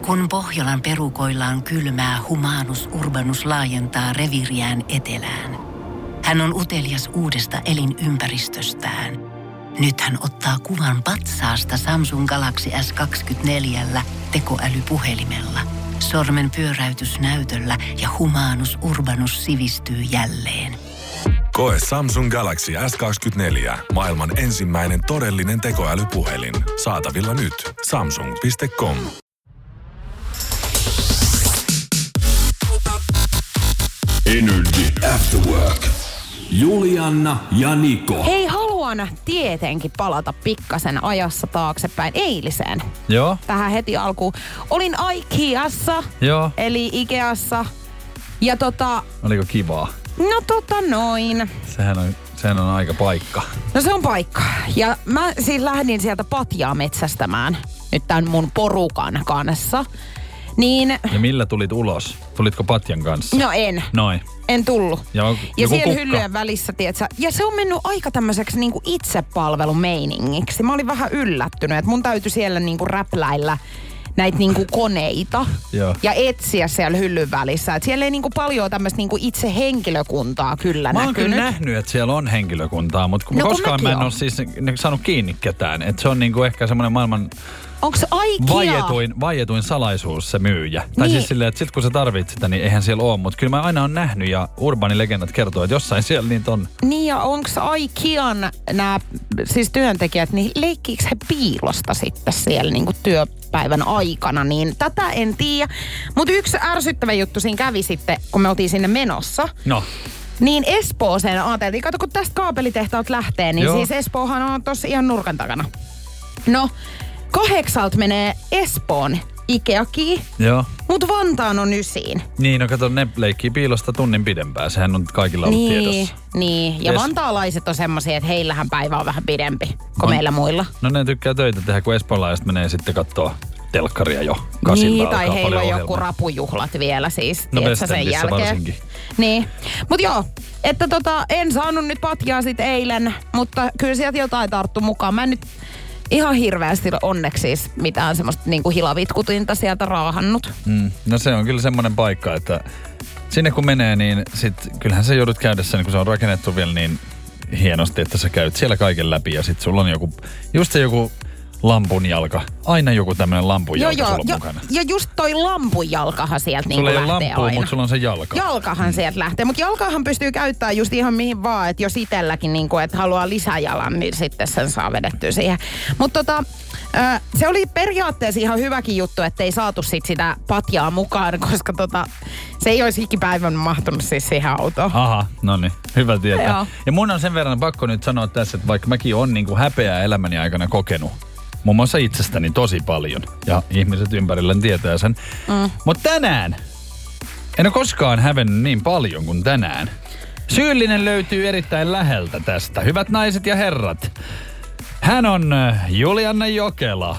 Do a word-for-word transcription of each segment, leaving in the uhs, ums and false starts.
Kun Pohjolan perukoillaan kylmää, Humanus Urbanus laajentaa reviiriään etelään. Hän on utelias uudesta elinympäristöstään. Nyt hän ottaa kuvan patsaasta Samsung Galaxy S kaksikymmentäneljä tekoälypuhelimella. Sormen pyöräytys näytöllä ja Humanus Urbanus sivistyy jälleen. Koe Samsung Galaxy S kaksikymmentäneljä. Maailman ensimmäinen todellinen tekoälypuhelin. Saatavilla nyt. samsung piste com. Energy After Work. Julianna ja Niko. Hei, haluan tietenkin palata pikkasen ajassa taaksepäin eiliseen. Joo. Tähän heti alkuun. Olin Ikeassa, Joo. eli Ikeassa. Ja tota... Oliko kivaa? No tota noin. Sehän on, sehän on aika paikka. No se on paikka. Ja mä siis lähdin sieltä patjaa metsästämään nyt tämän mun porukan kanssa. Niin... Ja millä tulit ulos? Tulitko patjan kanssa? No en. Noin. En tullut. Ja, ja siellä kukka. hyllyjen välissä, tietsä. Ja se on mennyt aika tämmöiseksi niinku itsepalvelumeiningiksi. Mä olin vähän yllättynyt, että mun täytyi siellä niinku räpläillä näitä niinku koneita ja etsiä siellä hyllyn välissä. Et siellä ei niinku paljon tämmöistä niinku itse henkilökuntaa kyllä mä oon näkynyt. kyllä nähnyt, että siellä on henkilökuntaa, mutta No, koskaan mä en on. ole siis saanut kiinni ketään. Että se on niinku ehkä semmoinen maailman Onko se Ikea? vaietuin, vaietuin salaisuus se myyjä. Niin. Tai siis silleen, että sit kun sä tarvit sitä, niin eihän siellä ole. Mutta kyllä mä aina on nähnyt ja urbaanilegendat kertoo, että jossain siellä niitä on. Niin ja onko Ikean nämä siis työntekijät, niin leikkiikö he piilosta sitten siellä niinku työpäivän aikana, niin tätä en tiedä. Mutta yksi ärsyttävä juttu siinä kävi sitten, kun me oltiin sinne menossa. No. Niin Espooseen ajateltiin, kato kun tästä kaapelitehtaalta lähtee, niin Joo. siis Espoohan on tossa ihan nurkan takana. No, kahdeksalta menee Espoon Ikeakin, Joo. mut Vantaan on ysiin. Niin, no kato, ne leikkii piilosta tunnin pidempään. Sehän on kaikilla ollut Niin, tiedossa. niin. Ja Es- vantaalaiset on semmosia, että heillähän päivä on vähän pidempi kuin On. meillä muilla. No ne tykkää töitä tehdä, kun espoolaiset menee sitten kattoo telkkaria jo. Kasilta Niin, alkaa tai heillä paljon on joku ohjelmaa. rapujuhlat vielä siis, No tiedätkö, sen Westendissä jälkeen. varsinkin. Niin, mut joo, että tota, en saanut nyt patjaa sit eilen, mutta kyllä sieltä jotain tarttu mukaan. Mä en nyt ihan hirveästi onneksi siis mitään semmoista niinku hilavitkutinta sieltä raahannut. Mm. No se on kyllä semmoinen paikka, että sinne kun menee, niin sit kyllähän sä joudut käydessä, niin kun se on rakennettu vielä niin hienosti, että sä käyt siellä kaiken läpi ja sit sulla on joku, just se joku lampunjalka. Aina joku tämmönen lampunjalka Joo, sulla joo, on mukana. ja just toi lampujalkahan sieltä niinku Sulla ei ole lähtee lampua, aina. mutta sulla on se jalka. Jalkahan mm. sieltä lähtee, mutta jalkahan pystyy käyttämään just ihan mihin vaan, että jos itselläkin niinku, että haluaa lisäjalan, niin sitten sen saa vedettyä siihen. Mutta tota, äh, se oli periaatteessa ihan hyväkin juttu, että ei saatu sit sitä patjaa mukaan, koska tota, se ei olisi ikipäivän mahtunut siis siihen autoon. Aha, no niin, hyvä tietää. Joo. Ja mun on sen verran pakko nyt sanoa tässä, että vaikka mäkin on niinku häpeää elämäni aikana kokenut, muun muassa itsestäni tosi paljon, ja ihmiset ympärilläni tietää sen. Mm. Mutta tänään en ole koskaan hävennyt niin paljon kuin tänään. Syyllinen löytyy erittäin läheltä tästä. Hyvät naiset ja herrat, hän on Julianna Jokela.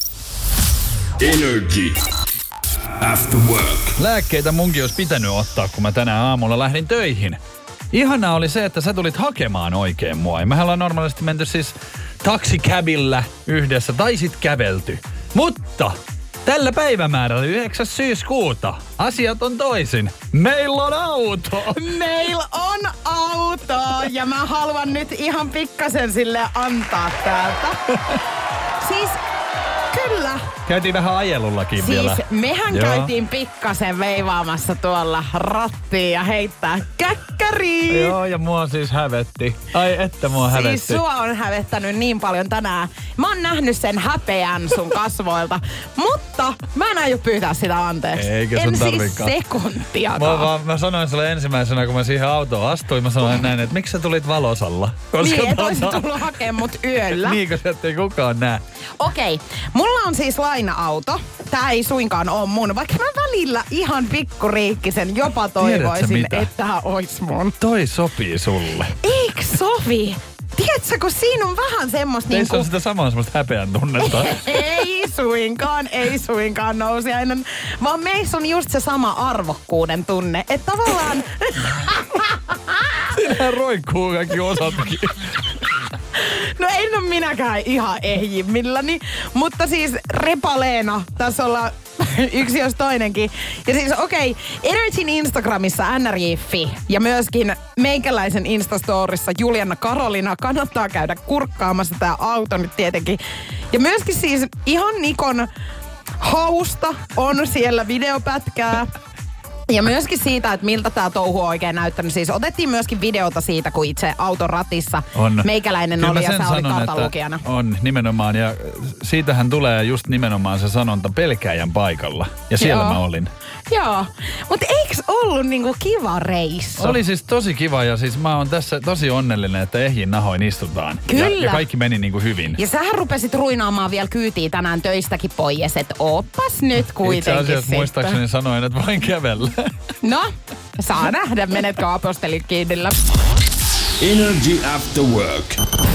Energy After Work. Lääkkeitä munkin olisi pitänyt ottaa, kun mä tänään aamulla lähdin töihin. Ihanaa oli se, että sä tulit hakemaan oikein mua. Ja mehän ollaan normaalisti menty siis taksikäbillä yhdessä tai sit kävelty. Mutta tällä päivämäärällä yhdeksäs syyskuuta asiat on toisin. Meillä on auto! Meillä on auto ja mä haluan nyt ihan pikkasen sille antaa täältä. Siis kyllä. Käytiin vähän ajelullakin Siis vielä. mehän Joo. käytiin pikkasen veivaamassa tuolla rattiin ja heittää käkkäriin. Joo, ja mua siis hävetti. Ai että mua hävetti. Siis sua on hävettänyt niin paljon tänään. Mä oon nähnyt sen häpeän sun kasvoilta, mutta mä en aio pyytää sitä anteeksi. Eikä sun en tarvikaan. siis sekuntiakaan. Mä, vaan, mä sanoin sulle ensimmäisenä, kun mä siihen autoon astuin, mä sanoin näin, että miksi sä tulit valosalla? Koska Niin, et oisit tota- tullut hakemaan mut yöllä. Niin. Niin, kun ei kukaan näe. Okei, mulla on siis laina-auto. Tää ei suinkaan oo mun, vaikka mä välillä ihan pikkuriikkisen jopa toivoisin, mitä? että tää ois mun. Toi sopii sulle. Eikö sovi? Tiedätkö, kun siinä on vähän semmoista Teissä niinku... on sitä samaa semmoista häpeän tunnetta. Ei suinkaan, ei suinkaan nousiainen, vaan meissä on just se sama arvokkuuden tunne. Että tavallaan... Siinähän roikkuu kaikki osatkin. No en ole minäkään ihan ehjimmilläni, mutta siis repaleena tässä ollaan yksi jos toinenkin. Ja siis okei, okay, Energyn Instagramissa N R J piste Fi ja myöskin meikäläisen Instastorissa Juliana Karolina kannattaa käydä kurkkaamassa tää auto nyt tietenkin. Ja myöskin siis ihan Nikon hausta on siellä videopätkää. Ja myöskin siitä, että miltä tämä touhu on oikein näyttänyt. Siis otettiin myöskin videota siitä, kun itse auton ratissa on. Meikäläinen Kyllä oli ja sä sanon, olit kartanlukijana. On, nimenomaan. Ja siitähän tulee just nimenomaan se sanonta pelkääjän paikalla. Ja siellä Joo. mä olin. Joo, mutta eiks ollut niinku kiva reissu? Oli siis tosi kiva ja siis mä oon tässä tosi onnellinen, että ehjin nahoin istutaan. Kyllä. Ja, ja kaikki meni niinku hyvin. Ja sähän rupesit ruinaamaan vielä kyytiä tänään töistäkin pois, että oppas nyt kuitenkin Itse asiassa sitten. muistaakseni sanoin, että voin kävellä. No, saa nähdä, menetkö apostelit kiinnillä. Energy After Work.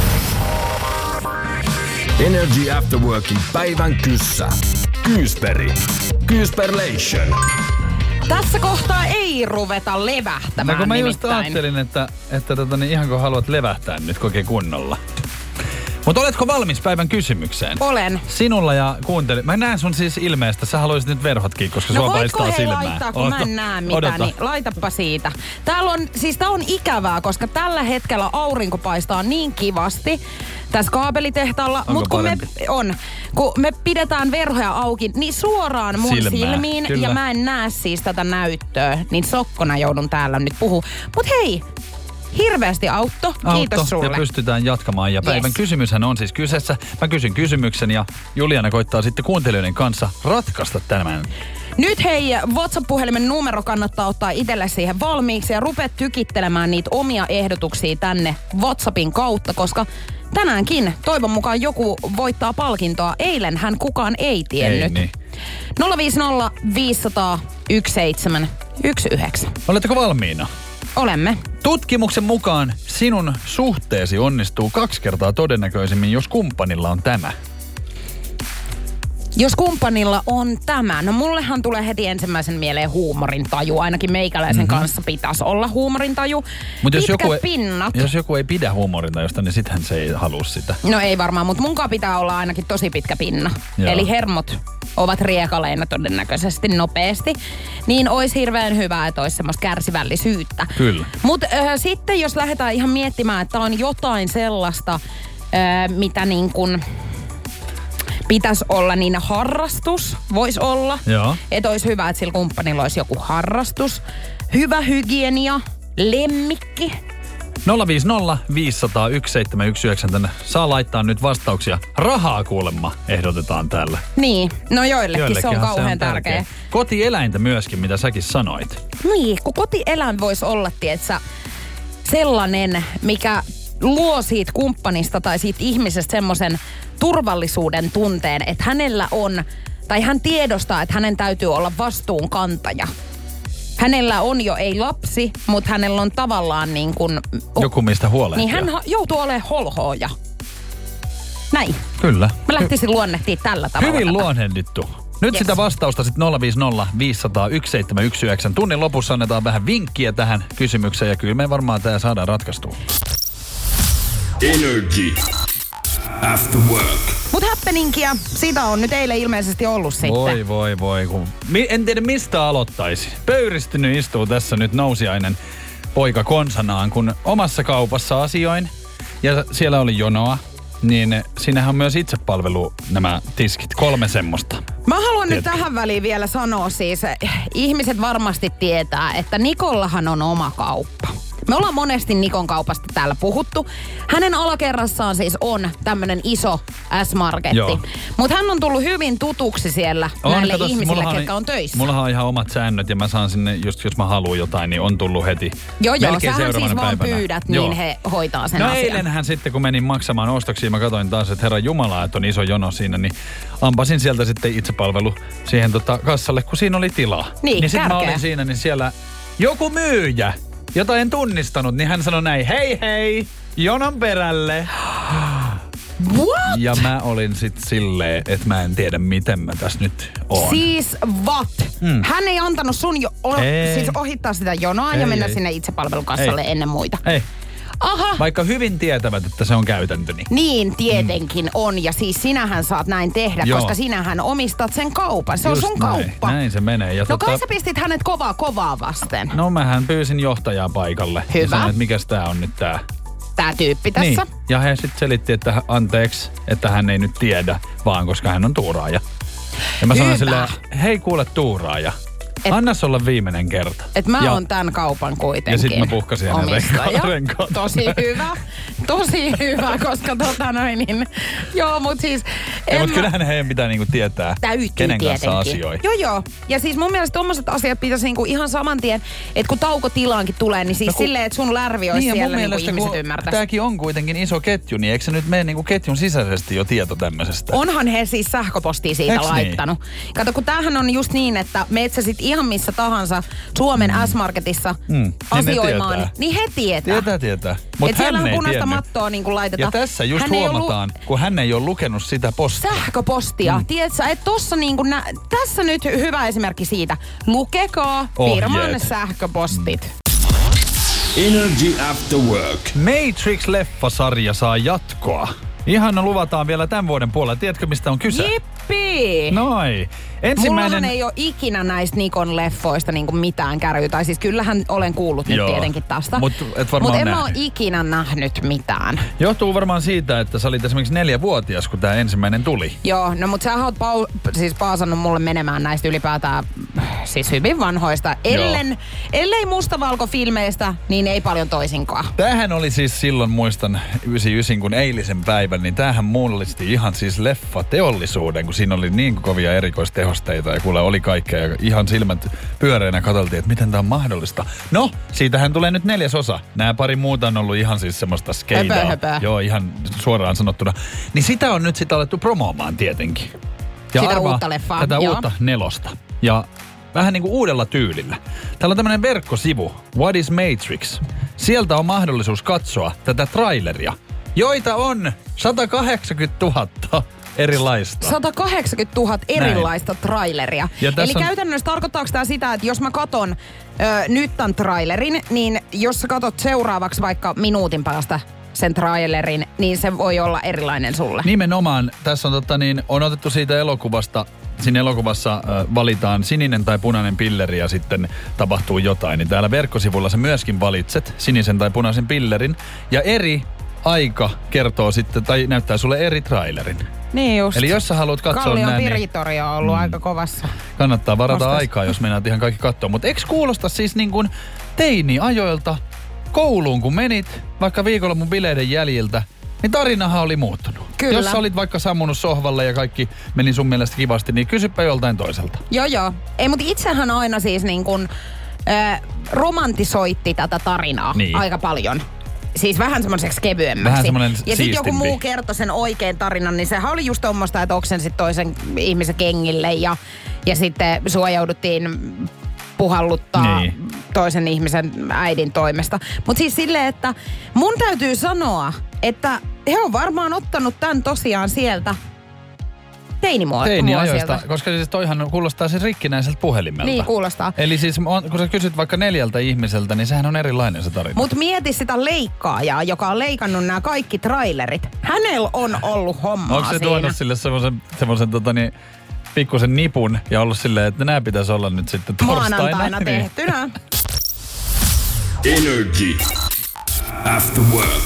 Energy After Workin päivän kyssä. Kyysperi. Kyysperlation. Tässä kohtaa ei ruveta levähtämään No kun mä just nimittäin. ajattelin, että, että tota, niin ihan kun haluat levähtää nyt kokeen kunnolla. Mutta oletko valmis päivän kysymykseen? Olen. Sinulla ja kuunteli. Mä näen sun siis ilmeestä. Sä haluaisit nyt verhotkin, koska No sua voitko paistaa he silmään. laittaa, kun Ota, mä en näe mitään, odota. niin laitapa siitä. Täällä on, siis tää on ikävää, koska tällä hetkellä aurinko paistaa niin kivasti tässä kaapelitehtaalla. Onko Mut kun me, parempi? on, kun me pidetään verhoja auki, niin suoraan mun Silmää, silmiin. kyllä. Ja mä en näe siis tätä näyttöä, niin sokkona joudun täällä nyt puhua. Mut hei, hirveästi Autto. Kiitos Autto, sulle. ja pystytään jatkamaan. Ja päivän Yes. kysymyshän on siis kyseessä. Mä kysyn kysymyksen ja Juliana koittaa sitten kuuntelijoiden kanssa ratkaista tämän. Nyt hei, WhatsApp-puhelimen numero kannattaa ottaa itselle siihen valmiiksi ja rupeat tykittelemään niitä omia ehdotuksia tänne WhatsAppin kautta, koska tänäänkin toivon mukaan joku voittaa palkintoa. Eilen hän kukaan ei tiennyt. Ei niin. nolla viisi nolla viisi nolla nolla yksi seitsemän yksi yhdeksän. Oletteko valmiina? Olemme. Tutkimuksen mukaan sinun suhteesi onnistuu kaksi kertaa todennäköisemmin, jos kumppanilla on tämä. Jos kumppanilla on tämä, no mullehan tulee heti ensimmäisen mieleen huumorintaju. Ainakin meikäläisen mm-hmm. kanssa pitäisi olla huumorintaju. Mut jos Pitkät joku, ei, pinnat. jos joku ei pidä huumorintajusta, niin sittenhän se ei halua sitä. No ei varmaan, mutta munkaan pitää olla ainakin tosi pitkä pinna. Joo. Eli hermot ovat riekaleina todennäköisesti nopeasti. Niin olisi hirveän hyvä, että olisi semmoista kärsivällisyyttä. Kyllä. Mutta äh, sitten jos lähdetään ihan miettimään, että on jotain sellaista, äh, mitä niin kuin pitäisi olla, niin harrastus voisi olla. Joo. Että olisi hyvä, että sillä kumppanilla olisi joku harrastus. Hyvä hygienia, lemmikki. nolla viisi nolla viisi nolla nolla yksi seitsemän yksi yhdeksän tänne saa laittaa nyt vastauksia. Rahaa kuulemma ehdotetaan täällä. Niin, no joillekin, se on Joillekinhan kauhean tärkeä. tärkeä. Kotieläintä myöskin, mitä säkin sanoit. Niin, kun kotieläin voisi olla, tietsä, sellainen, mikä luo siitä kumppanista tai siitä ihmisestä semmoisen turvallisuuden tunteen, että hänellä on, tai hän tiedostaa, että hänen täytyy olla vastuunkantaja. Hänellä on jo ei lapsi, mutta hänellä on tavallaan niin kuin... Joku mistä huolehtia. Niin hän ha- joutuu olemaan holhooja. Näin. Kyllä. Mä lähtisin luonnehtia tällä tavalla. Hyvin tätä. luonnehdittu. Nyt Yes. sitä vastausta sitten nolla viisi nolla viisi nolla nolla yksi seitsemän yksi yhdeksän. Tunnin lopussa annetaan vähän vinkkiä tähän kysymykseen ja kyllä me varmaan tämä saadaan ratkaistua. Energy After Work. Mut happeningia, siitä on nyt eilen ilmeisesti ollut sitten. Voi voi voi. Kun... Mi- en tiedä mistä aloittaisi. Pöyristynyt istuu tässä nyt nousiainen poika konsanaan, kun omassa kaupassa asioin ja siellä oli jonoa. Niin siinähän on myös itsepalvelu nämä tiskit, kolme semmoista. Mä haluan nyt Tiedätkö? tähän väliin vielä sanoa siis, ihmiset varmasti tietää, että Nikollahan on oma kauppa. Me ollaan monesti Nikon kaupasta täällä puhuttu. Hänen alakerrassaan siis on tämmönen iso S-marketti. Joo. Mutta hän on tullut hyvin tutuksi siellä On, näille katos, ihmisille, mullahan ketkä on töissä. Mullahan on ihan omat säännöt ja mä saan sinne, just jos mä haluan jotain, niin on tullut heti. Joo, joo, melkein sähän siis seuraavana vaan päivänä. pyydät, Joo. niin he hoitaa sen No asian. eilenhän sitten, kun menin maksamaan ostoksia, mä katsoin taas, että herran jumala, että on iso jono siinä, niin ampasin sieltä sitten itsepalvelu siihen tota kassalle, kun siinä oli tilaa. Niin, niin sitten mä kärkeä. olin siinä, niin siellä joku myyjä, jota en tunnistanut, niin hän sanoi näin, hei hei, jonon perälle. What? Ja mä olin sitten silleen, että mä en tiedä, miten mä tässä nyt oon. Siis what? Mm. Hän ei antanut sun jo, o, Ei. siis ohittaa sitä jonoa Ei, ja mennä ei. sinne itsepalvelukassalle Ei. ennen muita. Ei. Aha. Vaikka hyvin tietävät, että se on käytäntöni. Niin, tietenkin mm. on. Ja siis sinähän saat näin tehdä, Joo. koska sinähän omistat sen kaupan. Se Just on sun näin. kauppa. Näin se menee. Ja no tota... kai sä pistit hänet kovaa kovaa vasten. No mähän pyysin johtajaa paikalle. Hyvä. Ja sanoin, että mikäs tää on nyt tää. Tää tyyppi tässä. Niin. Ja he sitten selitti, että anteeksi, että hän ei nyt tiedä, vaan koska hän on tuuraaja. Ja mä sanoin silleen, hei kuule tuuraaja. Et, Annas olla viimeinen kerta. Että mä ja, oon tämän kaupan kuitenkin. Ja sit mä puhkasin hänen renkaat. renkaat. Tosi hyvä. Tosi hyvä, koska tota noin niin. Joo, mut siis... Ja, mut kyllähän heidän pitää niinku tietää, täytyy kenen tietenkin. kanssa asioi. Joo, joo. Ja siis mun mielestä tommoset asiat pitäisi niinku ihan saman tien, että kun taukotilaankin tulee, niin siis no, kun, silleen, että sun lärvi olisi niin, siellä, niin kuin ihmiset ymmärtäisi. Tääkin on kuitenkin iso ketju, niin eikö se nyt mene niinku ketjun sisäisesti jo tieto tämmöisestä? Onhan he siis sähköpostia siitä Eks laittanut. Niin? Kato, kun tämähän on just niin, että meet sä sit ihan missä tahansa Suomen mm. S-Marketissa mm. asioimaan, niin, niin he tietää. Tietää, tietää. Mutta hän siellä ei on punaista tiennyt. mattoa niin kuin laitetaan. Ja tässä just hän huomataan, lu- kun hän ei ole lukenut sitä postia. Sähköpostia. Mm. Tiedätkö, että tossa niin kuin nä- tässä nyt hyvä esimerkki siitä. Lukekaa firman sähköpostit. Mm. Energy After Work. Matrix-leffasarja saa jatkoa. Ihan luvataan vielä tämän vuoden puolella. Tiedätkö, mistä on kyse? Jippi! Noi. Ensimmäinen... Mullahan ei ole ikinä näistä Nikon leffoista niinku mitään kärryä. Tai siis kyllähän olen kuullut Joo. nyt tietenkin tästä. Mutta et varmaan Mut en nähnyt. mä ole ikinä nähnyt mitään. Johtuu varmaan siitä, että sä olit esimerkiksi neljävuotias, kun tää ensimmäinen tuli. Joo, no mut sä oot pau- siis paasannut mulle menemään näistä ylipäätään siis hyvin vanhoista. Ellen, ellei mustavalkofilmeistä, niin ei paljon toisinkaan. Tämähän oli siis silloin, muistan yhdeksänkymmentäyhdeksän kun eilisen päivän, niin tämähän mullisti ihan siis leffateollisuuden, kun siinä oli niin kovia erikoistehosteita ja kuule oli kaikkea ja ihan silmät pyöreänä katseltiin, että miten tämä on mahdollista. No, siitähän tulee nyt neljäs osa. Nämä pari muuta on ollut ihan siis semmoista skeidaa. Höpö, höpö. Joo, ihan suoraan sanottuna. Niin sitä on nyt sitten alettu promoomaan tietenkin. Ja sitä arvaa uutta leffaa. tätä Joo. uutta nelosta. Ja vähän niin kuin uudella tyylillä. Täällä on tämmöinen verkkosivu, What is Matrix? Sieltä on mahdollisuus katsoa tätä traileria, joita on sata kahdeksankymmentätuhatta erilaista. sata kahdeksankymmentätuhatta erilaista Näin. traileria. Eli on... käytännössä tarkoittaako tämä sitä, että jos mä katon ö, nyt tämän trailerin, niin jos sä katot seuraavaksi vaikka minuutin päästä sen trailerin, niin se voi olla erilainen sulle. Nimenomaan. Tässä on, totta, niin, on otettu siitä elokuvasta. Siinä elokuvassa äh, valitaan sininen tai punainen pilleri ja sitten tapahtuu jotain. Niin täällä verkkosivulla sä myöskin valitset sinisen tai punaisen pillerin. Ja eri aika kertoo sitten, tai näyttää sulle eri trailerin. Niin just. Eli jos sä haluat katsoa Kallion näin, Piritori on ollut mm, aika kovassa. Kannattaa varata Vastas. aikaa, jos meinaat ihan kaikki katsoa. Mutta eikö kuulosta siis niin kuin teini-ajoilta kouluun, kun menit vaikka viikonlopun bileiden jäljiltä, niin tarinahan oli muuttunut. Kyllä. Jos sä olit vaikka sammunut sohvalle ja kaikki meni sun mielestä kivasti, niin kysypä joltain toiselta. Joo joo. Ei, mutta itsehän aina siis niin kuin, äh, romantisoitti tätä tarinaa niin. aika paljon. Siis vähän semmoiseksi kevyemmäksi. Vähän semmoinen ja sitten joku siistimpi. muu kertoi sen oikean tarinan, niin sehän oli just tommoista, että oksensit toisen ihmisen kengille ja, ja sitten suojauduttiin puhalluttaa niin. toisen ihmisen äidin toimesta. Mutta siis silleen, että mun täytyy sanoa, että he on varmaan ottanut tämän tosiaan sieltä teinimuosilta. Teiniajoista, koska siis toihan kuulostaa siis rikkinäiseltä puhelimelta. Niin, kuulostaa. Eli siis kun sä kysyt vaikka neljältä ihmiseltä, niin sehän on erilainen se tarina. Mut mieti sitä leikkaajaa, joka on leikannut nämä kaikki trailerit. Hänellä on ollut hommaa Onko se siinä. tuonut sille semmoisen, semmoisen tota niin, pikkusen nipun ja ollut silleen, että nämä pitäisi olla nyt sitten torstaina. Maanantaina tehtynä. Energy After Work.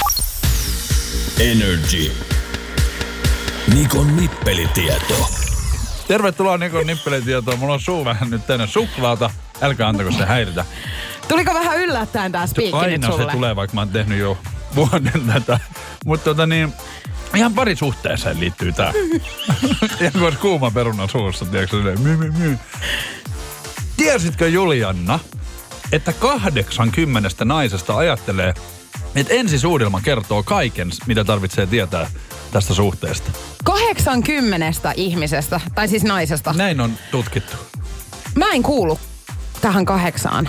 Energy. Nikon nippelitieto. Tervetuloa Nikon nippelitietoon. Mulla on suu vähän nyt täynnä suklaata. Älkää antako se häiritä. Tuliko vähän yllättäen tää spiikki nyt Aina sulle? se tulee, vaikka mä oon tehnyt jo vuoden tätä. Mutta tota niin, ihan parisuhteeseen liittyy tää. Ihan kuin olisi kuuma peruna suussa, tiedätkö silleen, my, my, my. Tiesitkö Julianna, että kahdeksankymmentä naisesta ajattelee, että ensisuudelma kertoo kaiken, mitä tarvitsee tietää tästä suhteesta? kahdeksankymmentä ihmisestä, tai siis naisesta. Näin on tutkittu. Mä en kuulu tähän kahdeksaan.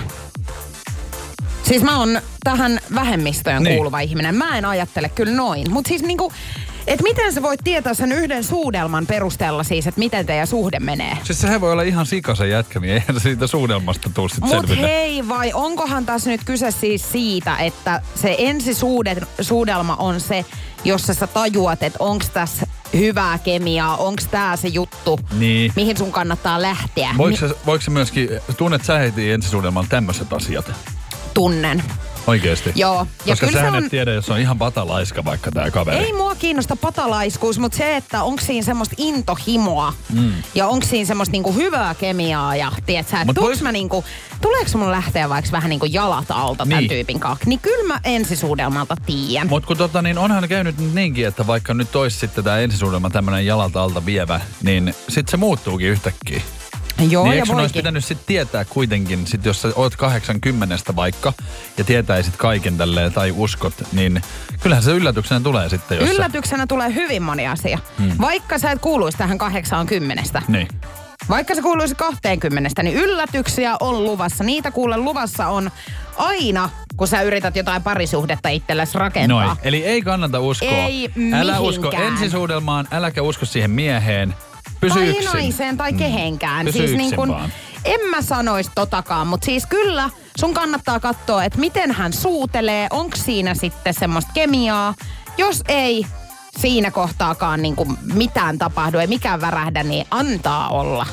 Siis mä oon tähän vähemmistöön Niin. kuuluva ihminen. Mä en ajattele kyllä noin. Mutta siis niinku, Et miten sä voit tietää sen yhden suudelman perusteella siis, että miten teidän suhde menee? Siis sehän voi olla ihan sikasen jätkä, niin eihän siitä suudelmasta tuu sit Mut selvitä. hei, vai onkohan tässä nyt kyse siis siitä, että se ensisuudelma on se, jossa sä tajuat, että onks tässä hyvää kemiaa, onks tää se juttu, Niin. mihin sun kannattaa lähteä. Voiko se, voiko se myöskin, tunnet sä heti ensisuudelmalla tämmöiset asiat? Tunnen. Oikeesti? Joo. Ja Koska kyllä se sähän on... et tiedä, jos on ihan patalaiska vaikka tää kaveri. Ei mua kiinnosta patalaiskuus, mutta se, että onko siinä semmoista intohimoa mm. ja onko siinä semmoista niinku hyvää kemiaa ja tiedätkö, että tuuks vois... mä niinku, tuleeko mun lähteä vaikka vähän niinku jalat alta tämän niin. tyypin kanssa, niin kyllä mä ensisuudelmalta tiedän. Mut kun tota, niin onhan käynyt niinkin, että vaikka nyt tois sitten tää ensisuudelma tämmönen jalalta alta vievä, niin sit se muuttuukin yhtäkkiä. Joo, niin ja eikö sun olisi voikin. pitänyt sit tietää kuitenkin, sit jos sä oot kahdeksankymmentä vaikka ja tietäisit kaiken tälleen tai uskot, niin kyllähän se yllätyksenä tulee sitten, jos Yllätyksenä sä... tulee hyvin moni asia. Hmm. Vaikka sä et kuuluisi tähän kahdeksankymmentä. Niin. Vaikka se kuuluisi kaksikymmentä, niin yllätyksiä on luvassa. Niitä kuule luvassa on aina, kun sä yrität jotain parisuhdetta itsellesi rakentaa. Noin. Eli ei kannata uskoa. Ei Älä mihinkään. usko ensisuudelmaan, äläkä usko siihen mieheen. Pysy tai yksin. naiseen tai kehenkään. Pysy siis yksin niin kun, vaan. en mä sanois totakaan, mutta siis kyllä sun kannattaa katsoa, että miten hän suutelee, onko siinä sitten semmoista kemiaa. Jos ei siinä kohtaakaan niin kuin mitään tapahdu, ei mikään värähdä, niin antaa olla.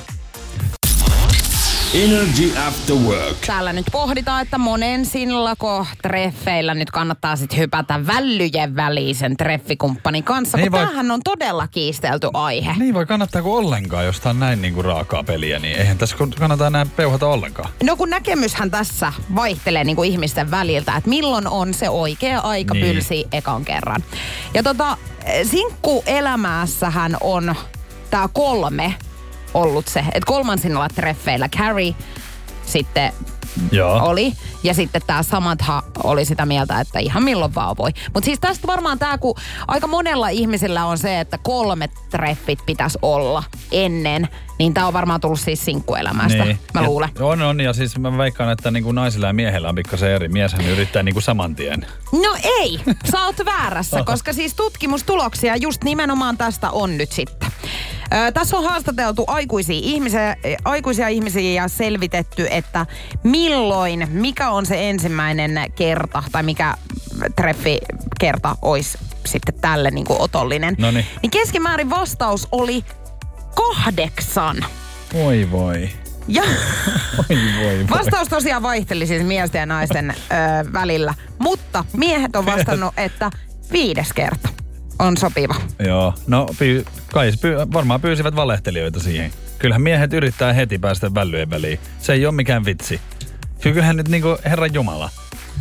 Energy After Work. Täällä nyt pohditaan, että monen sinlako treffeillä nyt kannattaa sitten hypätä vällyjen välisen treffikumppanin kanssa, Niin kun vai- tämähän on todella kiistelty aihe. Niin vai kannattaako ollenkaan, jos tää on näin niinku raakaa peliä, niin eihän tässä kannata enää peuhata ollenkaan. No kun näkemyshän tässä vaihtelee niin kuin ihmisten väliltä, että milloin on se oikea aika Niin. pylsiä ekan kerran. Ja tota, sinkkuelämässähän on tää kolme ollut se, että kolmansilla treffeillä Carrie sitten Joo. oli. Ja sitten tämä Samantha oli sitä mieltä, että ihan milloin vaan voi. Mutta siis tästä varmaan tämä, kun aika monella ihmisellä on se, että kolme treffit pitäisi olla ennen, niin tämä on varmaan tullut siis sinkkuelämästä, Niin. mä Ja luulen. On, on. Ja siis mä veikkaan, että niinku naisilla ja miehellä on pikkasen eri. Mieshän yrittää niinku saman tien. No ei, sä oot väärässä, koska siis tutkimustuloksia just nimenomaan tästä on nyt sitten. Ö, tässä on haastateltu aikuisia ihmisiä, aikuisia ihmisiä ja selvitetty, että milloin, mikä on se ensimmäinen kerta tai mikä treffikerta olisi sitten tälle niin kuin otollinen. Noniin. Niin keskimäärin vastaus oli kahdeksan. Voi voi. Ja Voi voi voi. vastaus tosiaan vaihteli siis miesten ja naisten ö, välillä, mutta miehet on vastannut, että viides kerta on sopiva. Joo, no pyy, kai pyy, varmaan pyysivät valehtelijoita siihen. Kyllähän miehet yrittää heti päästä vällyjen väliin. Se ei ole mikään vitsi. Kyllähän nyt niinku Herran Jumala.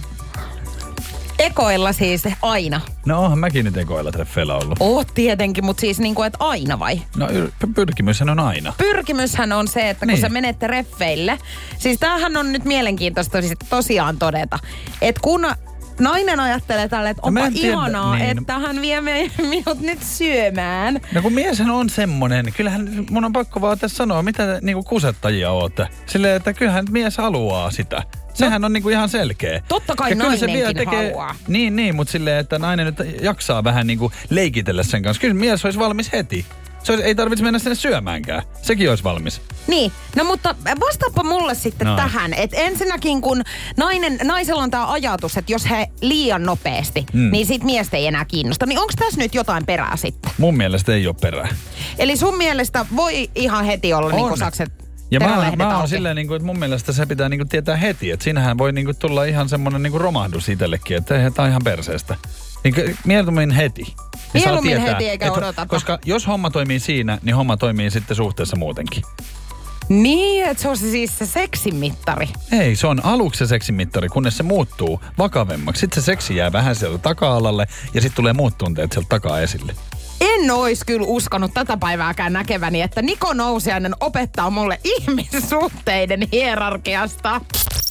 Ekoilla siis aina. No onhan mäkin nyt ekoilla treffeillä ollut. Oot tietenkin, mutta siis niinku, että aina vai? No yr- pyrkimyshän on aina. Pyrkimyshän on se, että kun Niin. sä menet treffeille, siis tämähän on nyt mielenkiintoista siis tosiaan todeta, että kun nainen ajattelee tälle, että No mä onpa en tiedä, ihanaa, niin. että hän vie me, minut nyt syömään. No kun mieshän on semmonen, kyllähän mun on pakko vaan tässä sanoa, mitä te niinku kusettajia ootte. Silleen, että kyllähän mies haluaa sitä. Sehän on niinku ihan selkeä. Totta kai Ja kyllä se nainenkin vielä haluaa. Niin, niin, mutta silleen, että nainen nyt jaksaa vähän niinku leikitellä sen kanssa. Kyllä mies olisi valmis heti. Se olisi, ei tarvitse mennä sinne syömäänkään. Sekin olisi valmis. Niin, no mutta vastaappa mulle sitten Noin. tähän, että ensinnäkin kun nainen, naisella on tämä ajatus, että jos he liian nopeasti, Mm. niin sit miestä ei enää kiinnosta, niin onko tässä nyt jotain perää sitten? Mun mielestä ei ole perää. Eli sun mielestä voi ihan heti olla niin kuin sakset Ja mä, terälehdet mä oon auki. silleen, niin kuin, että mun mielestä se pitää niin kuin tietää heti, että siinähän voi niin kuin tulla ihan semmoinen niin kuin romahdus itsellekin, että eihän tää on ihan perseestä. Niin kuin, mieluummin heti. Niin saa Mieluummin tietää, heti eikä että- odotata. Koska jos homma toimii siinä, niin homma toimii sitten suhteessa muutenkin. Niin, että se on siis se seksimittari. Ei, se on aluksi se seksimittari, kunnes se muuttuu vakavemmaksi. Sitten se seksi jää vähän sieltä taka-alalle ja sitten tulee muut tunteet sieltä takaa esille. En ois kyllä uskonut tätä päivääkään näkeväni, että Niko Nousiainen opettaa mulle ihmissuhteiden hierarkiasta.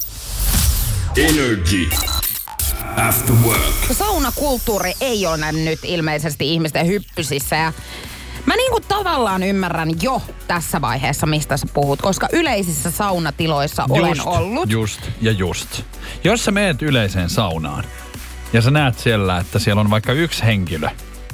Energy After Work. Saunakulttuuri ei ole nyt ilmeisesti ihmisten hyppysissä ja mä niinku tavallaan ymmärrän jo tässä vaiheessa, mistä sä puhut, koska yleisissä saunatiloissa olen ollut. Just ja just. Jos sä meet yleiseen saunaan ja sä näet siellä, että siellä on vaikka yksi henkilö,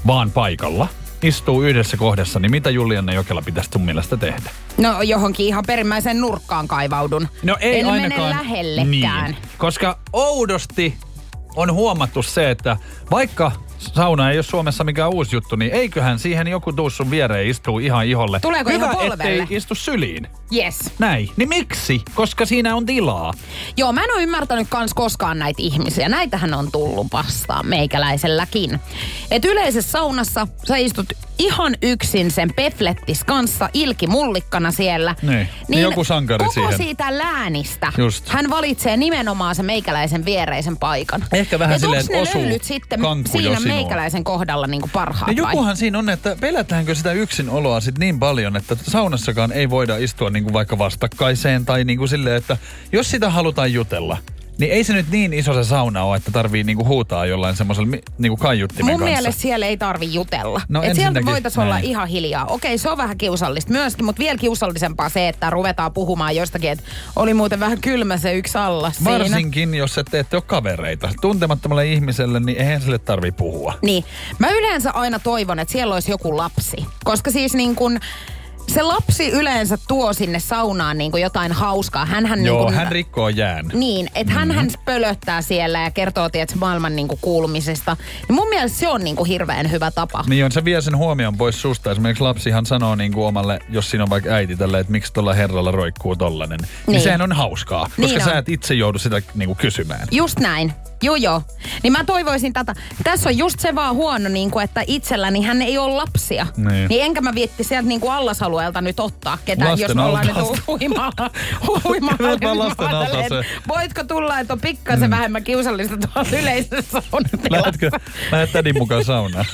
vaan paikalla, istuu yhdessä kohdassa, niin mitä Julianna Jokela pitäisi sun mielestä tehdä? No johonkin ihan perimmäiseen nurkkaan kaivaudun. No ei en ainakaan. mene lähellekään. Niin, koska oudosti on huomattu se, että vaikka sauna ei ole Suomessa mikään uusi juttu, niin eiköhän siihen joku tuu sun viereen istuu ihan iholle. Tuleeko Hyvä, ihan polvelle? ettei istu syliin. Yes. Näin. Niin miksi? Koska siinä on tilaa. Joo, mä en ole ymmärtänyt kans koskaan näitä ihmisiä. Näitähän on tullut vastaan meikäläiselläkin. Et yleisessä saunassa sä istut ihan yksin sen peflettis kanssa ilkimullikkana siellä. Niin. Niin joku sankari koko siihen. siitä läänistä Just. hän valitsee nimenomaan sen meikäläisen viereisen paikan. Ehkä vähän Et silleen, onks että ne osuu löylyt sitten kankku jo siinä sinuun? meikäläisen kohdalla niinku parhaat Ja vai? jokuhan siinä on, että pelätäänkö sitä yksinoloa sit niin paljon, että saunassakaan ei voida istua niinku vaikka vastakkaiseen tai niinku silleen, että jos sitä halutaan jutella, niin ei se nyt niin iso se sauna ole, että tarvii niinku huutaa jollain semmoisella mi- niinku kaiuttimen Mun kanssa. mielestä siellä ei tarvi jutella. No Et sieltä ensinnäkin voitaisiin olla näin. ihan hiljaa. Okei, se on vähän kiusallista myöskin, mutta vielä kiusallisempaa se, että ruvetaan puhumaan jostakin, että oli muuten vähän kylmä se yksi allas siinä. Varsinkin, jos et ette ole kavereita. Tuntemattomalle ihmiselle, niin eihän sille tarvii puhua. Niin. Mä yleensä aina toivon, että siellä olisi joku lapsi. Koska siis niin kun se lapsi yleensä tuo sinne saunaan niin kuin jotain hauskaa. Hänhän Joo, niin kuin, hän rikkoo jään. Niin, että mm-hmm. hän pölöttää siellä ja kertoo tietysti maailman niin kuin kuulumisesta. Ja mun mielestä se on niin kuin hirveän hyvä tapa. Niin on, se vie sen huomion pois susta. Esimerkiksi lapsihan sanoo niin kuin omalle, jos siinä on vaikka äiti tällä, että miksi tuolla herralla roikkuu tollanen. Niin, Niin. sehän on hauskaa, koska Niin sä on. et itse joudu sitä niin kuin kysymään. Just näin. Joo, joo. Niin mä toivoisin tätä. Tässä on just se vaan huono, niin kuin, että itselläni hän ei ole lapsia. Niin. Niin enkä mä vietti sieltä niin kuin allasalueelta nyt ottaa ketään, Lasten jos me ollaan nyt altaasta. huimalla. huimalla Kyllä vaan lasten niin mä ajattelen, altaaseen. voitko tulla, että on pikkasen mm. vähemmän kiusallista tuolla yleisessä saunatilassa. Lähdetkö? Lähdet tädin mukaan saunaan.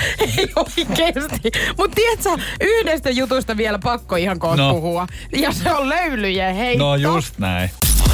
Ei oikeesti. Mutta tiedätkö, yhdestä jutusta vielä pakko ihan kohta No. puhua. Ja se on löylyjen heitto. No just näin.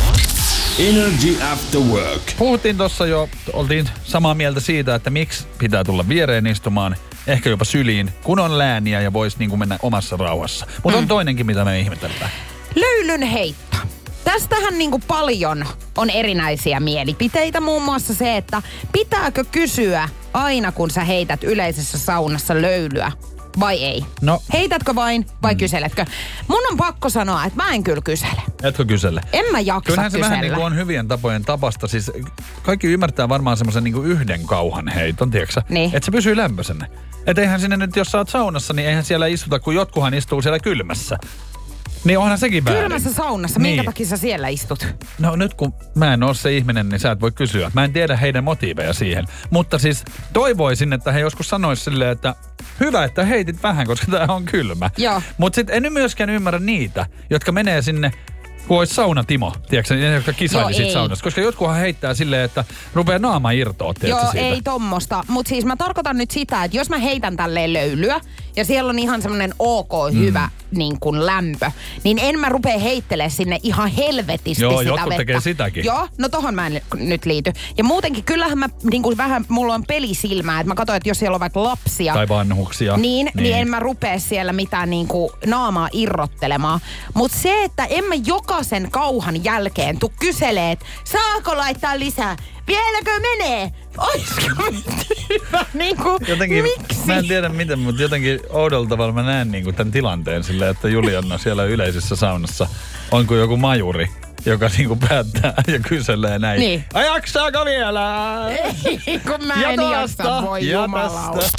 Energy After Work. Puhuttiin tuossa jo, oltiin samaa mieltä siitä, että miksi pitää tulla viereen istumaan, ehkä jopa syliin, kun on lääniä ja voisi niin kuin mennä omassa rauhassa. Mutta mm. on toinenkin, mitä me ihmetellään. Löylyn heitto. Tästähän niinku paljon on erinäisiä mielipiteitä. Muun muassa se, että pitääkö kysyä aina, kun sä heität yleisessä saunassa löylyä vai ei? No. Heitätkö vain vai mm. kyseletkö? Mun on pakko sanoa, että mä en kyllä kysele. Etkö kysele? En mä jaksa Kyllähän se kysellä. vähän niin kuin on hyvien tapojen tapasta. Siis kaikki ymmärtää varmaan semmoisen niin kuin yhden kauhan heiton, tiedätkö? Niin. Että se pysyy lämpöisenä. Että eihän sinne nyt, jos sä oot saunassa, niin eihän siellä istuta, kun jotkuhan istuu siellä kylmässä. Niin onhan sekin väärin. Kylmässä saunassa, Niin. minkä takia sä siellä istut? No nyt kun mä en ole se ihminen, niin sä et voi kysyä. Mä en tiedä heidän motiiveja siihen. Mutta siis toivoisin, että he joskus sanois silleen, että hyvä, että heitit vähän, koska tää on kylmä. Joo. Mutta sitten en myöskään ymmärrä niitä, jotka menee sinne, kun olisi sauna Timo, tiedätkö, ne, jotka kisaili Joo, siitä ei. saunasta. Koska jotkuhan heittää silleen, että rupeaa naama irtoa, tiedätkö Joo, siitä. ei tommosta. Mutta siis mä tarkoitan nyt sitä, että jos mä heitän tälleen löylyä ja siellä on ihan semmonen ok, hyvä mm. niin kuin lämpö, niin en mä rupea heittelee sinne ihan helvetisti Joo, sitä jotkut vettä. tekee sitäkin. Joo, no tohon mä en nyt liity. Ja muutenkin kyllähän mä niin kuin vähän, mulla on pelisilmää, että mä katsoin, että jos siellä on vaikka lapsia, Tai vanhuksia. Niin, niin. niin en mä rupea siellä mitään niinku naamaa irrottelemaan. Mutta se, että en mä jokaisen kauhan jälkeen tuu kyselee, että saako laittaa lisää? Vieläkö menee? Oisko hyvä? Niinku, Jotenkin, miksi? mä en tiedä miten, mutta jotenkin oudolla tavalla mä näen niinku tämän tilanteen silleen, että Julianna siellä yleisessä saunassa on kuin joku majuri, joka niinku päättää ja kyselee näin. Niin. Ai jaksaako vielä? Ei, kun mä en Ja jaksa, tästä, voi ja jumalauta. tästä.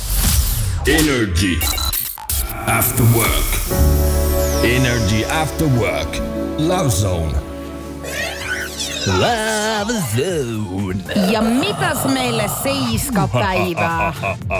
Energy After Work. Energy After Work. Love Zone. Love Zone. Ja mitäs meille seiskapäivää?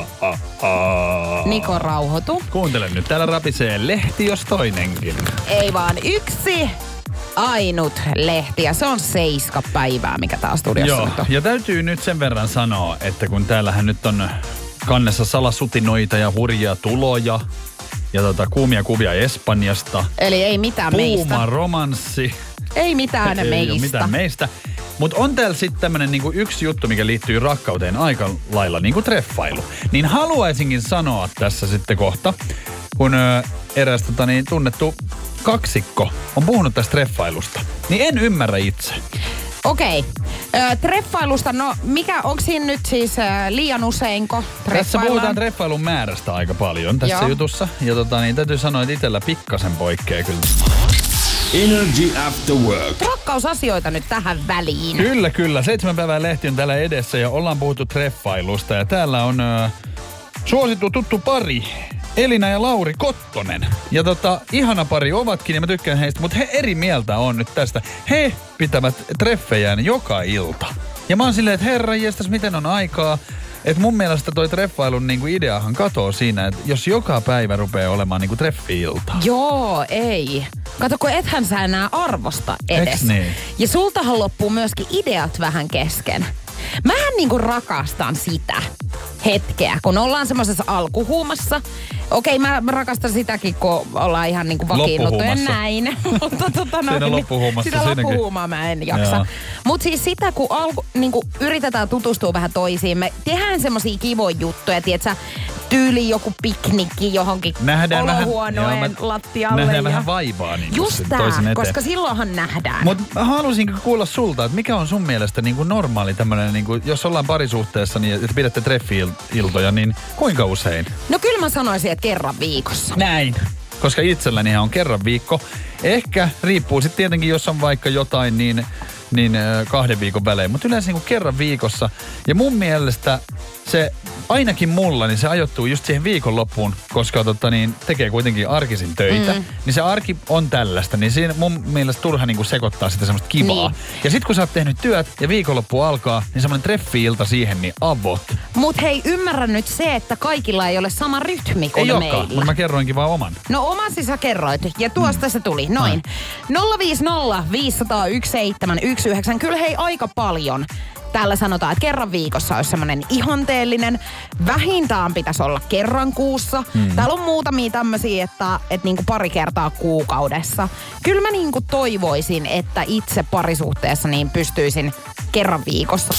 Niko, rauhoitu. Kuuntele nyt, täällä rapisee lehti jos toinenkin. Ei vaan yksi ainut lehti ja se on seiskapäivää, mikä tää studiossa Joo, nyt on. ja täytyy nyt sen verran sanoa, että kun täällähän nyt on kannessa salasutinoita ja hurjia tuloja ja tota, kuumia kuvia Espanjasta, Eli ei mitään meistä. kuuma romanssi. Ei mitään Ei meistä. ole mitään meistä. Mutta on täällä sitten tämmönen niinku yksi juttu, mikä liittyy rakkauteen aika lailla, niinku treffailu. Niin haluaisinkin sanoa tässä sitten kohta, kun ö, eräs tota, niin, tunnettu kaksikko on puhunut tästä treffailusta, niin en ymmärrä itse. Okei. Ö, treffailusta, no mikä, onko siinä nyt siis ö, liian useinko treffaillaan? Tässä puhutaan treffailun määrästä aika paljon tässä Joo. jutussa. Ja tota, niin täytyy sanoa, että itsellä pikkasen poikkeaa kyllä. Energy After Work. Rakkausasioita nyt tähän väliin. Kyllä, kyllä. Seitsemän päivää lehti on täällä edessä ja ollaan puhuttu treffailusta. Ja täällä on ö, suosittu tuttu pari. Elina ja Lauri Kottonen. Ja tota, ihana pari ovatkin ja mä tykkään heistä, mutta he eri mieltä on nyt tästä. He pitävät treffejään joka ilta. Ja mä oon silleen, että herra jestas, miten on aikaa. Että mun mielestä toi treffailun niinku ideahan katoo siinä, että jos joka päivä rupeaa olemaan niinku treffi-ilta. Joo, ei. Kato, kun ethän sä enää arvosta edes. Eiks niin? Ja sultahan loppuu myöskin ideat vähän kesken. Mähän niinku rakastan sitä hetkeä, kun ollaan semmoisessa alkuhuumassa. Okei, mä rakastan sitäkin, kun ollaan ihan niinku vakiinnuttuja näin. Mutta tota noin, Siinä loppuhuumassa sitä siinäkin. loppuhuumaa mä en jaksa. Joo. Mutta siis sitä, kun alku, niinku, yritetään tutustua vähän toisiin, me tehdään semmosia kivoja juttuja, tietsä, tyyli joku piknikki johonkin Nähdään vähän- olohuoneen joo, mä- lattialle. nähdään ja... vähän vaivaa niin Just toisen tää, eteen. koska silloinhan nähdään. Mutta mä haluaisin kuulla sulta, että mikä on sun mielestä niin kuin normaali tämmöinen, niin kuin, jos ollaan parisuhteessa niin, että pidätte treffi-iltoja, niin kuinka usein? No kyllä mä sanoisin, että kerran viikossa. Näin. Koska itselläni on kerran viikko. Ehkä riippuu sitten tietenkin, jos on vaikka jotain, niin, niin äh, kahden viikon välein. Mutta yleensä niin kuin kerran viikossa. Ja mun mielestä se, ainakin mulla, niin se ajoittuu just siihen viikonloppuun, koska tota, niin, tekee kuitenkin arkisin töitä. Mm. Niin se arki on tällaista, niin siinä mun mielestä turha niin kuin sekoittaa sitä semmoista kivaa. Niin. Ja sit kun sä oot tehnyt työt ja viikonloppu alkaa, niin semmoinen treffi-ilta siihen, niin avot. Mut hei, ymmärrä nyt se, että kaikilla ei ole sama rytmi kuin Ei meillä. olekaan, mutta mä kerroinkin vaan oman. No omasi sä kerroit, ja tuosta mm. se tuli. Noin. nolla viisi nolla viisi nolla yksi seitsemän yksi yhdeksän. Kyllä hei aika paljon. Täällä sanotaan, että kerran viikossa olisi semmoinen ihanteellinen. Vähintään pitäisi olla kerran kuussa. Mm. Täällä on muutamia tämmöisiä, että, että niinku pari kertaa kuukaudessa. Kyllä mä niinku toivoisin, että itse parisuhteessa niin pystyisin kerran viikossa.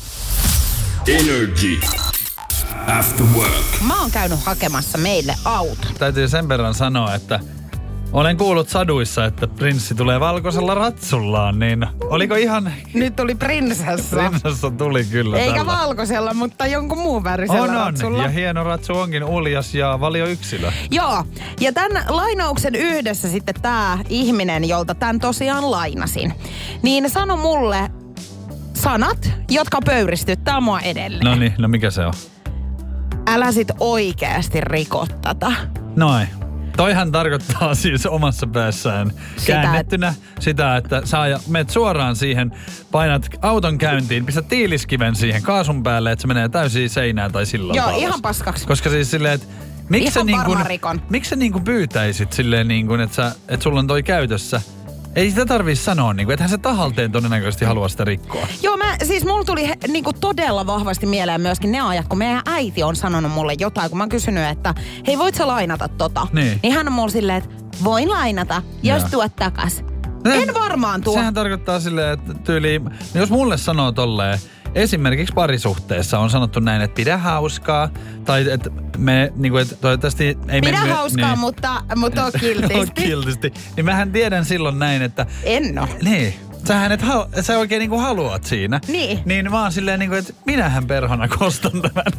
Energy After Work. Mä oon käynyt hakemassa meille auton. Täytyy sen verran sanoa, että olen kuullut saduissa, että prinssi tulee valkoisella ratsullaan, niin oliko ihan... Nyt tuli prinsessa. Prinsessa tuli kyllä Eikä tällä. valkoisella, mutta jonkun muun värisellä On, on. ratsulla. Ja hieno ratsu onkin uljas ja valioyksilö. Joo, ja tämän lainauksen yhdessä sitten tämä ihminen, jolta tämän tosiaan lainasin, niin sano mulle sanat, jotka pöyristyttää mua edelleen. No niin, no mikä se on? Älä sit oikeasti riko tätä. Noin. Toihan tarkoittaa siis omassa päässään Sitä, käännettynä sitä, että sä aja, menet suoraan siihen, painat auton käyntiin, pistät tiiliskiven siihen kaasun päälle, että se menee täysin seinään tai silloin Joo, alas. ihan paskaksi. Koska siis silleen, että miksi Ihan sä, niin varma kun, rikon. miksi sä niin kun pyytäisit silleen, niin kun, että, sä, että sulla on toi käytössä? Ei sitä tarvii sanoa, niin kun, ethän se tahalteen todennäköisesti halua sitä rikkoa. Joo, mä, siis mulla tuli he, niinku todella vahvasti mieleen myöskin ne ajat, kun meidän äiti on sanonut mulle jotain, kun mä oon kysynyt, että hei, voit sä lainata tota? Niin. Niin hän on mulla silleen, että voin lainata, jos Joo. tuot takas. Ne- En varmaan tuo. Sehän tarkoittaa silleen, että tyyliin, jos mulle sanoo tolleen, esimerkiksi parisuhteessa on sanottu näin, että pidä hauskaa, tai että me, niin kuin, että toivottavasti ei Pidä me... hauskaa, niin, mutta, mutta on kiltisti. on kiltisti. Niin mähän tiedän silloin näin, että... En oo. Niin. Sähän et hal, sä oikein niinku haluat siinä. Niin. Niin mä oon silleen niinku, että minähän perhana kostan tämän.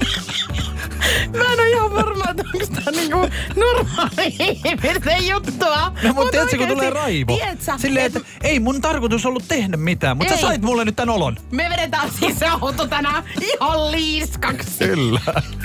Mä en oo ihan varma, että onko tää niinku normaali ihmisten juttua. No mut tiedätkö, kun tulee raivo. Tiedätkö, Silleen, että ei mun tarkoitus ollut tehdä mitään, mutta sä Ei. sait mulle nyt tän olon. me vedetään siis se auto tänään ihan liiskaksi. Kyllä.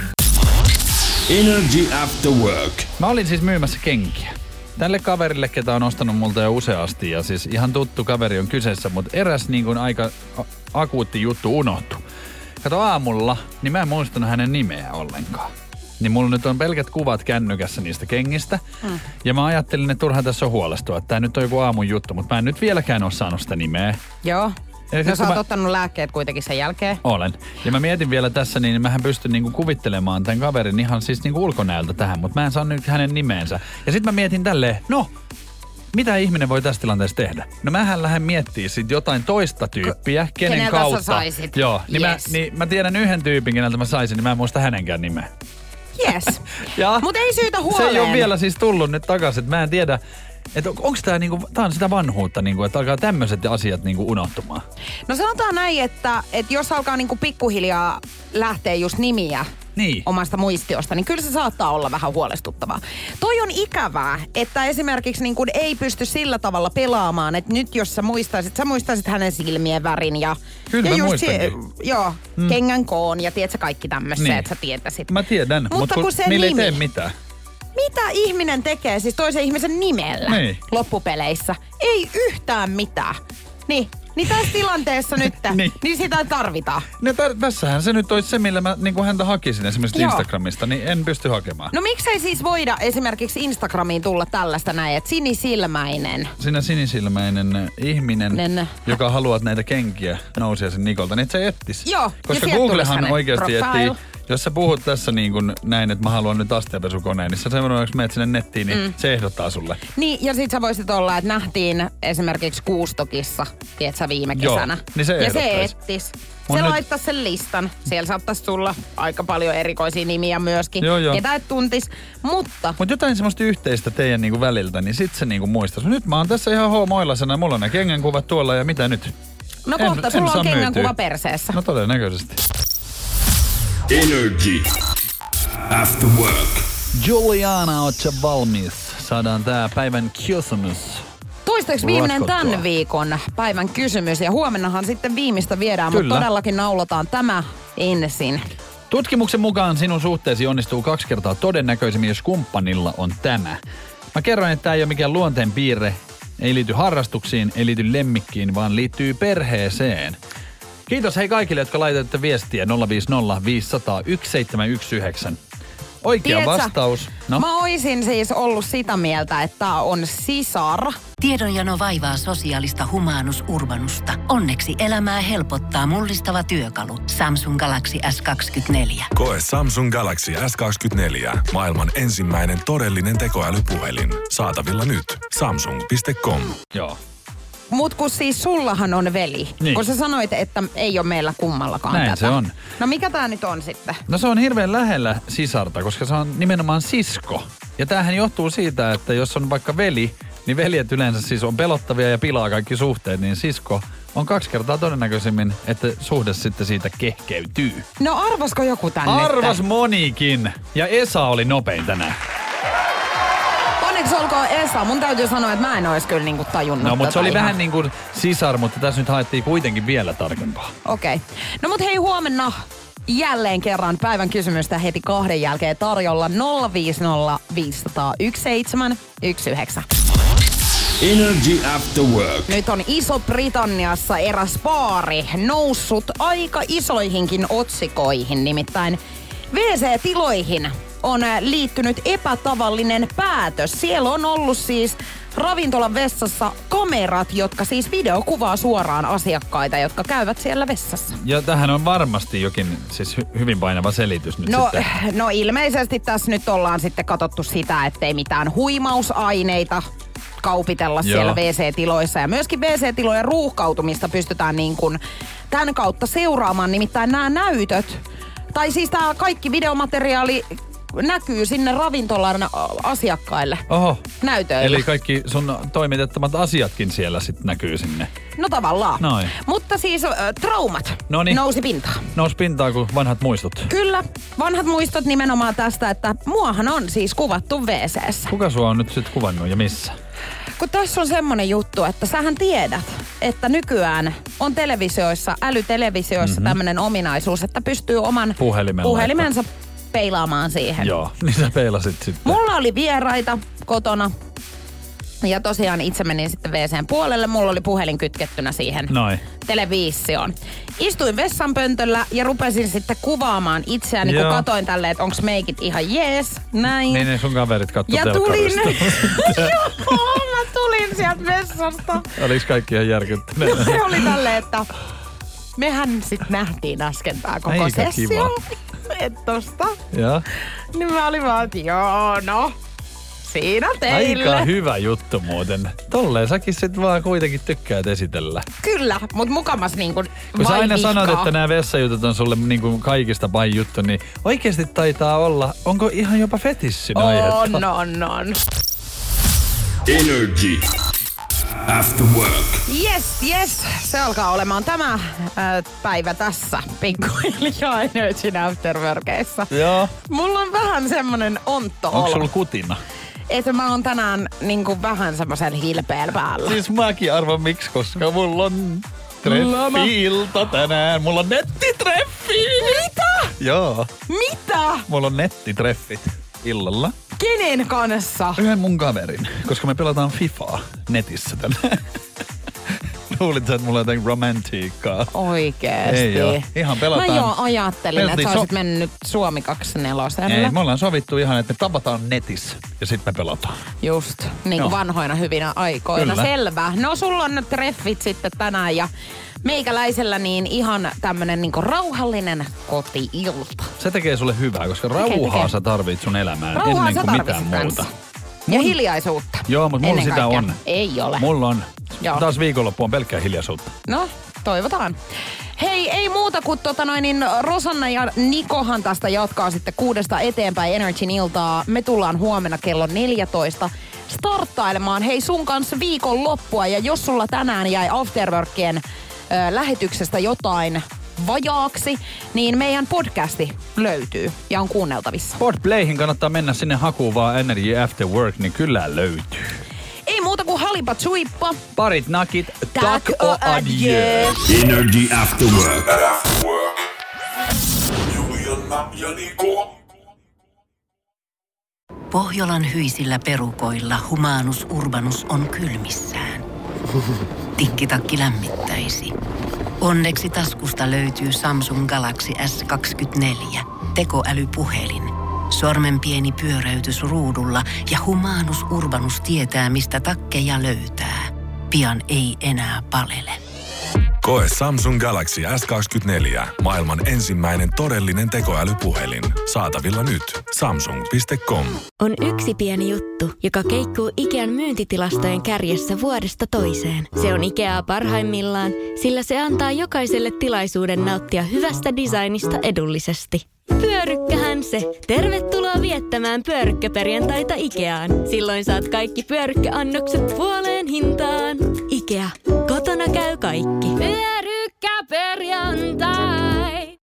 Energy After Work. Mä olin siis myymässä kenkiä. Tälle kaverille, ketä on ostanut multa jo useasti, ja siis ihan tuttu kaveri on kyseessä, mutta eräs niin kuin aika a- akuutti juttu unohtui. Kato aamulla, niin mä en muistanut hänen nimeä ollenkaan. Niin mulla nyt on pelkät kuvat kännykässä niistä kengistä. Mm. Ja mä ajattelin, että turha tässä on huolestua, että tää nyt on joku aamun juttu, mutta mä en nyt vieläkään ole saanut sitä nimeä. Joo. Eli No sit sä kun oot mä- ottanut lääkkeet kuitenkin sen jälkeen. Olen. Ja mä mietin vielä tässä, niin mähän pystyn niinku kuvittelemaan tämän kaverin ihan siis niinku ulkonäöltä tähän, mutta mä en saa nyt hänen nimeensä. Ja sit mä mietin tälleen, no, mitä ihminen voi tässä tilanteessa tehdä? No mähän lähden miettimään sit jotain toista tyyppiä, kenen keneltä sä kautta. saisit. Joo, niin, Yes. mä, niin mä tiedän yhden tyypin, keneltä mä saisin, niin mä en muista hänenkään nimeä. Yes. Ja Mut ei syytä se huoleen. ei ole vielä siis tullut nyt takaisin, että mä en tiedä, että onko tämä niinku, tää on sitä vanhuutta, niinku, että alkaa tämmöiset asiat niinku unohtumaan? No sanotaan näin, että, että jos alkaa niinku pikkuhiljaa lähteä just nimiä Niin. omasta muistiosta, niin kyllä se saattaa olla vähän huolestuttavaa. Toi on ikävää, että esimerkiksi niin kuin ei pysty sillä tavalla pelaamaan, että nyt jos sä muistaisit, sä muistaisit hänen silmien värin ja, Kyllä ja mä just se, muistankin. joo, mm. kengän koon ja tiedätkö kaikki tämmöistä, Niin. että sä tietäisit. Mä tiedän, mutta, Mutta kun, kun se niillä ei nimi- tee mitään. Mitä ihminen tekee siis toisen ihmisen nimellä Niin. loppupeleissä? Ei yhtään mitään. Niin, niin tässä tilanteessa nyt, Niin. niin sitä tarvitaan. No tä- tässähän se nyt olisi se, millä mä niinku häntä hakisin esimerkiksi Joo. Instagramista, niin en pysty hakemaan. No miksei siis voida esimerkiksi Instagramiin tulla tällaista näin, että sinisilmäinen. Sinä sinisilmäinen ihminen, Nen. joka haluat näitä kenkiä Nousiaisen Nikolta, niin et sä ettis. Joo, ja Koska sieltä tulisi Googlehan hänen oikeasti profile. etsii, jos sä puhut tässä niin kuin näin, että mä haluan nyt astianpesukoneen, niin sä seuraavaksi menet sinne nettiin, niin mm. se ehdottaa sulle. Niin, ja sit sä voisit olla, että nähtiin esimerkiksi Kuustokissa, tiedätkö, viime Joo, kesänä. niin se ja se ehdottaisi. ettis. Mut Se nyt- laittaisi sen listan. Siellä saattaisi tulla aika paljon erikoisia nimiä myöskin. Joo, joo. Ketä et tuntis. Mutta Mutta jotain semmoista yhteistä teidän niinku väliltä, niin sit se niinku muistaisi. Nyt mä oon tässä ihan hoomoillasena, mulla on ne kengänkuvat tuolla ja mitä nyt? no En- kohta, en sulla saa on kengän myytyä. kuva perseessä. No todennäköisesti. Energy. After work. Juliana, oot sä valmis? Saadaan tää päivän kysymys. Toistaiseksi viimeinen Ratkottua. tämän viikon päivän kysymys. Ja huomennahan sitten viimeistä viedään, Kyllä. mutta todellakin naulataan tämä ensin. Tutkimuksen mukaan sinun suhteesi onnistuu kaksi kertaa todennäköisemmin, jos kumppanilla on tämä. Mä kerroin, että tää ei ole mikään luonteen piirre, ei liity harrastuksiin, ei liity lemmikkiin, vaan liittyy perheeseen. Kiitos hei kaikille, jotka laitatte viestiä nolla viisi nolla viisi nolla nolla yksi seitsemän yksi yhdeksän. Oikea Tiedätkö, vastaus. No, Mä oisin siis ollut sitä mieltä, että tää on sisar. Tiedonjano vaivaa sosiaalista humanus urbanusta. Onneksi elämää helpottaa mullistava työkalu. Samsung Galaxy S kaksikymmentäneljä. Koe Samsung Galaxy S kaksikymmentäneljä. Maailman ensimmäinen todellinen tekoälypuhelin. Saatavilla nyt. samsung piste com. joo. Mut kun siis sullahan on veli. Niin. Kun sä sanoit, että ei ole meillä kummallakaan Näin tätä. se on. No mikä tää nyt on sitten? No se on hirveän lähellä sisarta, koska se on nimenomaan sisko. Ja tämähän johtuu siitä, että jos on vaikka veli, niin veljet yleensä siis on pelottavia ja pilaa kaikki suhteet, niin sisko on kaksi kertaa todennäköisemmin, että suhde sitten siitä kehkeytyy. No arvasko joku tän Arvas nyt? monikin. Ja Esa oli nopein tänään. Onneksi olkoon Esa. Mun täytyy sanoa, että mä en ois kyllä niinku tajunnut No, mutta tätä se oli ihan. vähän niin kuin sisar, mutta tässä nyt haettiin kuitenkin vielä tarkempaa. Okei. Okay. No mut hei, huomenna jälleen kerran päivän kysymystä heti kahden jälkeen tarjolla nolla viisi nolla viisi nolla nolla yksi seitsemän yksi yhdeksän. Energy After Work. Nyt on Iso-Britanniassa eräs baari noussut aika isoihinkin otsikoihin, nimittäin W C-tiloihin on liittynyt epätavallinen päätös. Siellä on ollut siis ravintolan vessassa kamerat, jotka siis videokuvaa suoraan asiakkaita, jotka käyvät siellä vessassa. Ja tähän on varmasti jokin siis hy- hyvin painava selitys nyt No, sitten. no ilmeisesti tässä nyt ollaan sitten katsottu sitä, ettei mitään huimausaineita kaupitella Joo. siellä W C-tiloissa. Ja myöskin W C-tilojen ruuhkautumista pystytään niin kuin tämän kautta seuraamaan. Nimittäin nämä näytöt, tai siis tämä kaikki videomateriaali näkyy sinne ravintolan ä, asiakkaille Oho. näytöillä. Eli kaikki sun toimitettamat asiatkin siellä sitten näkyy sinne. No tavallaan. Noin. Mutta siis äh, traumat Noniin. nousi pintaan. Nous pintaa kuin vanhat muistot. Kyllä, vanhat muistot nimenomaan tästä, että muahan on siis kuvattu W C:ssä. Kuka sua on nyt sitten kuvannut ja missä? Kun tässä on semmonen juttu, että sähän tiedät, että nykyään on televisioissa, älytelevisioissa mm-hmm. tämmönen ominaisuus, että pystyy oman Puhelimen puhelimensa peilaamaan siihen. Joo, niin sä peilasit sitten. Mulla oli vieraita kotona ja tosiaan itse menin sitten W C:n puolelle. Mulla oli puhelin kytkettynä siihen Noin. televisioon. Istuin vessanpöntöllä ja rupesin sitten kuvaamaan itseäni, kun Joo. katoin tälleen, että onks meikit ihan jees, näin. Niin ne sun kaverit kattoi Ja tulin, telkkarista. joo, mä tulin sieltä vessasta. Oliks kaikki ihan järkyttyneet? Se oli tälleen, että mehän sit nähtiin äsken tää koko Aika sessio. Et tosta. Joo. Niin mä olin vaan, että joo, no, siinä teille. Aika hyvä juttu muuten. Tolleen säkin sit vaan kuitenkin tykkäät esitellä. Kyllä, mut mukamas niinku Kun sä vai aina vihkaa. sanot, että nämä vessajutut on sulle niinku kaikista pahin juttu, niin oikeasti taitaa olla, onko ihan jopa fetissin aihetta? On, on, on. Energy After Work. Yes, yes. Se alkaa olemaan tämä äh, päivä tässä pikkuhiljaa Energyn Afterworkeissa. Joo. Mulla on vähän semmonen ontto olo. Onko sulla kutina? Että mä oon tänään niinku vähän semmoisen hilpeen päällä. Siis mäkin arvan miksi, koska mulla on treffi-ilta tänään. Mulla on nettitreffi! Mitä? Joo. Mitä? Mulla on nettitreffit illalla. Kenen kanssa? Yhden mun kaverin, koska me pelataan Fifaa netissä tänään. Luulit sä, että mulla on jotain romantiikkaa? Oikeesti? Ei oo. Ihan pelataan. Mä jo ajattelin, että sä olisit so- mennyt Suomi kaksikymmentäneljä. Ei, me ollaan sovittu ihan, että me tapataan netissä ja sitten me pelataan. Just, niin kuin vanhoina hyvinä aikoina. Kyllä. Selvä. No sulla on nyt treffit sitten tänään ja meikäläisellä niin ihan tämmönen niinku rauhallinen koti-ilta. Se tekee sulle hyvää, koska Tekee, rauhaa tekee. sä tarvit sun elämään Rauhaa ennen sä kuin mitään tarvitset muuta. kans. Ja hiljaisuutta. Joo, mutta mulla Ennen sitä kaikkea. on. Ei ole. Mulla on. Joo. Taas viikonloppu on pelkkää hiljaisuutta. No, toivotaan. Hei, ei muuta kuin tota noin, niin Rosanna ja Nikohan tästä jatkaa sitten kuudesta eteenpäin Energyn iltaa. Me tullaan huomenna kello neljätoista starttailemaan hei sun kanssa viikon loppua. Ja jos sulla tänään jäi Afterworkien ö, lähetyksestä jotain vajaaksi, niin meidän podcasti löytyy ja on kuunneltavissa. Podplayhin kannattaa mennä sinne hakuun vaan Energy After Work, niin kyllä löytyy. Ei muuta kuin halipa tsuippa. Parit nakit, Tak o adieu. Energy After Work. After Work. Juliana ja Niko. Pohjolan hyisillä perukoilla Humanus Urbanus on kylmissään. Tikkitakki lämmittäisi. Onneksi taskusta löytyy Samsung Galaxy S kaksikymmentäneljä, tekoälypuhelin. Sormen pieni pyöräytys ruudulla ja Humanus Urbanus tietää, mistä takkeja löytää. Pian ei enää palele. Koe Samsung Galaxy S kaksikymmentäneljä. Maailman ensimmäinen todellinen tekoälypuhelin. Saatavilla nyt. samsung piste com. On yksi pieni juttu, joka keikkuu Ikean myyntitilastojen kärjessä vuodesta toiseen. Se on Ikeaa parhaimmillaan, sillä se antaa jokaiselle tilaisuuden nauttia hyvästä designista edullisesti. Pyörykkähän se. Tervetuloa viettämään pyörykkäperjantaita Ikeaan. Silloin saat kaikki pyörykkäannokset puoleen hintaan. Ikea. Kotona käy kaikki. Pyörykkäperjantai.